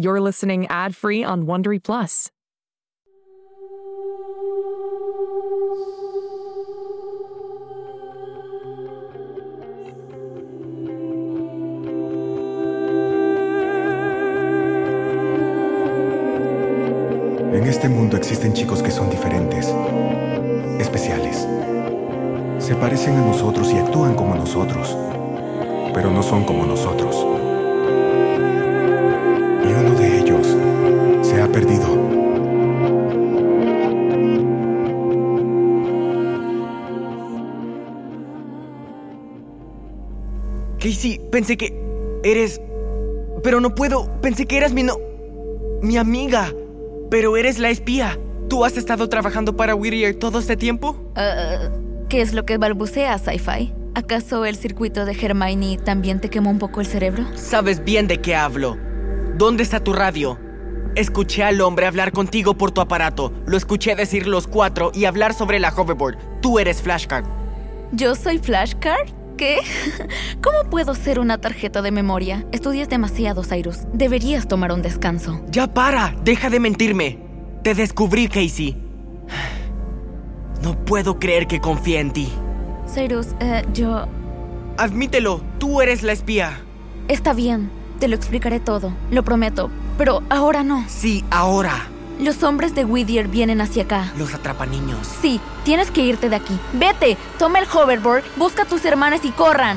You're listening ad-free on Wondery Plus. En este mundo existen chicos que son diferentes, especiales. Se parecen a nosotros y actúan como nosotros, pero no son como nosotros. Y uno de ellos se ha perdido. Casey, pensé que eres... Pero no puedo. Pensé que eras mi amiga. Pero eres la espía. ¿Tú has estado trabajando para Whittier todo este tiempo? ¿Qué es lo que balbuceas, Sci-Fi? ¿Acaso el circuito de Hermione también te quemó un poco el cerebro? Sabes bien de qué hablo. ¿Dónde está tu radio? Escuché al hombre hablar contigo por tu aparato. Lo escuché decir los 4 y hablar sobre la hoverboard. Tú eres Flashcard. ¿Yo soy Flashcard? ¿Qué? ¿Cómo puedo ser una tarjeta de memoria? Estudias demasiado, Cyrus. Deberías tomar un descanso. ¡Ya para! ¡Deja de mentirme! Te descubrí, Casey. No puedo creer que confíe en ti. Cyrus, yo... Admítelo, tú eres la espía. Está bien, te lo explicaré todo, lo prometo. Pero ahora no. Sí, ahora. Los hombres de Whittier vienen hacia acá. Los atrapaniños. Sí, tienes que irte de aquí. Vete, toma el hoverboard, busca a tus hermanas y corran.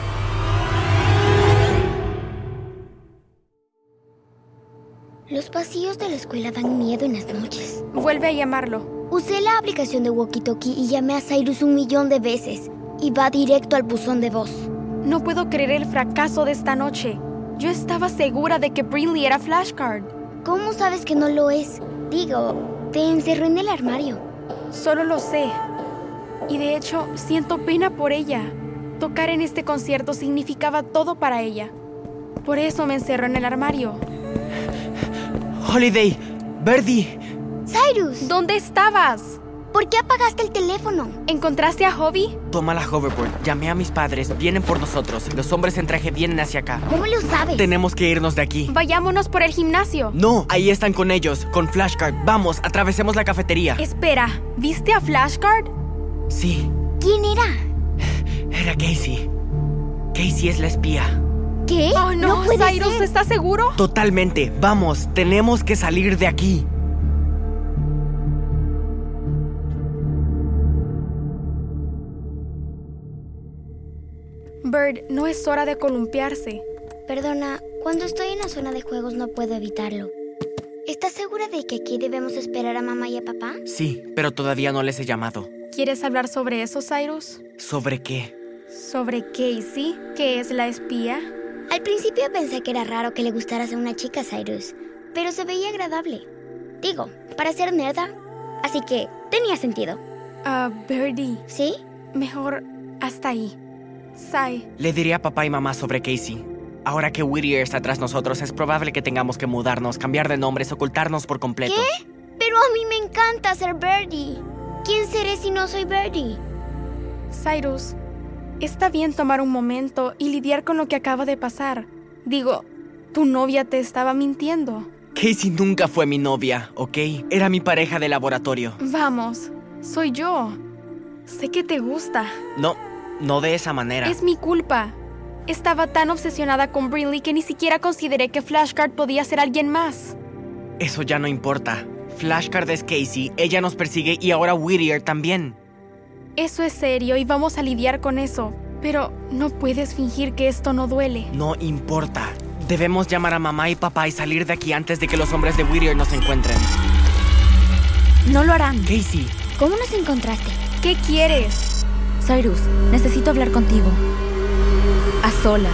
Los pasillos de la escuela dan miedo en las noches. Vuelve a llamarlo. Usé la aplicación de walkie-talkie y llamé a Cyrus 1,000,000 de veces. Y va directo al buzón de voz. No puedo creer el fracaso de esta noche. Yo estaba segura de que Brinley era Flashcard. ¿Cómo sabes que no lo es? Digo, te encerró en el armario. Solo lo sé. Y de hecho, siento pena por ella. Tocar en este concierto significaba todo para ella. Por eso me encerró en el armario. Holiday, Birdie. Cyrus, ¿Dónde estabas? ¿por qué apagaste el teléfono? ¿Encontraste a Hobby? Toma la hoverboard. Llamé a mis padres. Vienen por nosotros. Los hombres en traje vienen hacia acá. ¿Cómo lo sabes? Tenemos que irnos de aquí. Vayámonos por el gimnasio. No, ahí están con ellos, con Flashcard. Vamos, atravesemos la cafetería. Espera, ¿viste a Flashcard? Sí, ¿Quién era? era Casey. Casey es la espía. ¿Qué? Oh, no, puede Cyrus, ser. ¿estás seguro? Totalmente. Vamos, tenemos que salir de aquí. Bird, no es hora de columpiarse. Perdona, cuando estoy en la zona de juegos no puedo evitarlo. ¿Estás segura de que aquí debemos esperar a mamá y a papá? Sí, pero todavía no les he llamado. ¿Quieres hablar sobre eso, Cyrus? ¿Sobre qué? ¿Sobre Casey, que es la espía? Al principio pensé que era raro que le gustaras a una chica, Cyrus, pero se veía agradable. Digo, para ser nerda, así que tenía sentido. Birdie, ¿Sí? mejor hasta ahí. Sai, Le diré a papá y mamá sobre Casey. Ahora que Whittier está tras nosotros, es probable que tengamos que mudarnos, cambiar de nombres, ocultarnos por completo. ¿Qué? Pero a mí me encanta ser Birdie. ¿Quién seré si no soy Birdie? Cyrus, está bien tomar un momento y lidiar con lo que acaba de pasar. Digo, tu novia te estaba mintiendo. Casey nunca fue mi novia, ¿ok? Era mi pareja de laboratorio. Vamos, soy yo. Sé que te gusta. No de esa manera. Es mi culpa. Estaba tan obsesionada con Brinley que ni siquiera consideré que Flashcard podía ser alguien más. Eso ya no importa. Flashcard es Casey, ella nos persigue y ahora Whittier también. Eso es serio y vamos a lidiar con eso. Pero no puedes fingir que esto no duele. No importa. Debemos llamar a mamá y papá y salir de aquí antes de que los hombres de Whittier nos encuentren. No lo harán. Casey, ¿Cómo nos encontraste? ¿Qué quieres? Cyrus, necesito hablar contigo. A solas.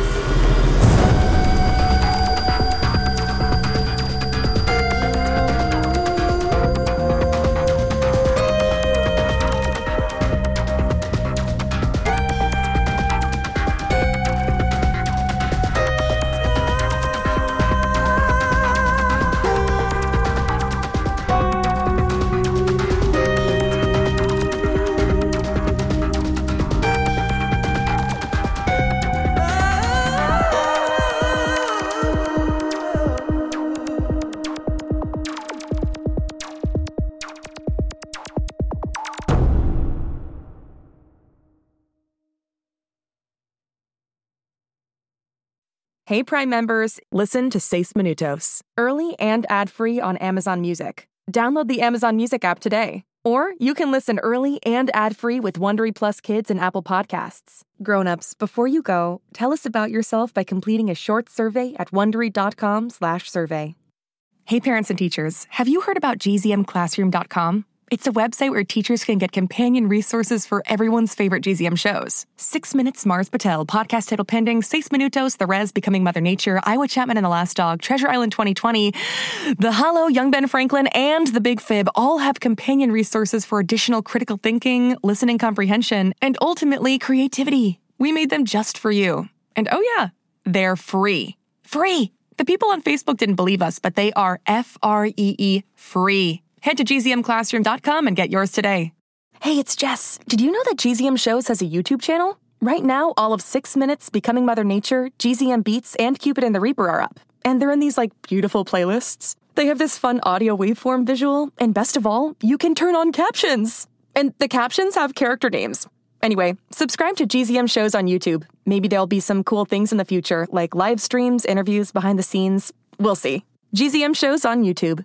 Hey Prime members, listen to 6 Minutos, early and ad-free on Amazon Music. Download the Amazon Music app today. Or you can listen early and ad-free with Wondery Plus Kids and Apple Podcasts. Grown-ups, before you go, tell us about yourself by completing a short survey at Wondery.com/survey. Hey parents and teachers, have you heard about gzmclassroom.com? It's a website where teachers can get companion resources for everyone's favorite GZM shows. 6 Minutes, Mars Patel, Podcast Title Pending, 6 Minutos, The Res, Becoming Mother Nature, Iowa Chapman and the Last Dog, Treasure Island 2020, The Hollow, Young Ben Franklin, and The Big Fib all have companion resources for additional critical thinking, listening comprehension, and ultimately creativity. We made them just for you. And oh yeah, they're free. Free! The people on Facebook didn't believe us, but they are free. Free. Head to gzmclassroom.com and get yours today. Hey, it's Jess. Did you know that GZM Shows has a YouTube channel? Right now, all of 6 Minutes, Becoming Mother Nature, GZM Beats, and Cupid and the Reaper are up. And they're in these, beautiful playlists. They have this fun audio waveform visual, and best of all, you can turn on captions. And the captions have character names. Anyway, subscribe to GZM Shows on YouTube. Maybe there'll be some cool things in the future, like live streams, interviews, behind the scenes. We'll see. GZM Shows on YouTube.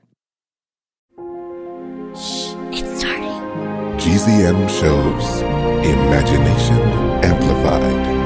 Shh, it's starting. GZM Shows. Imagination Amplified.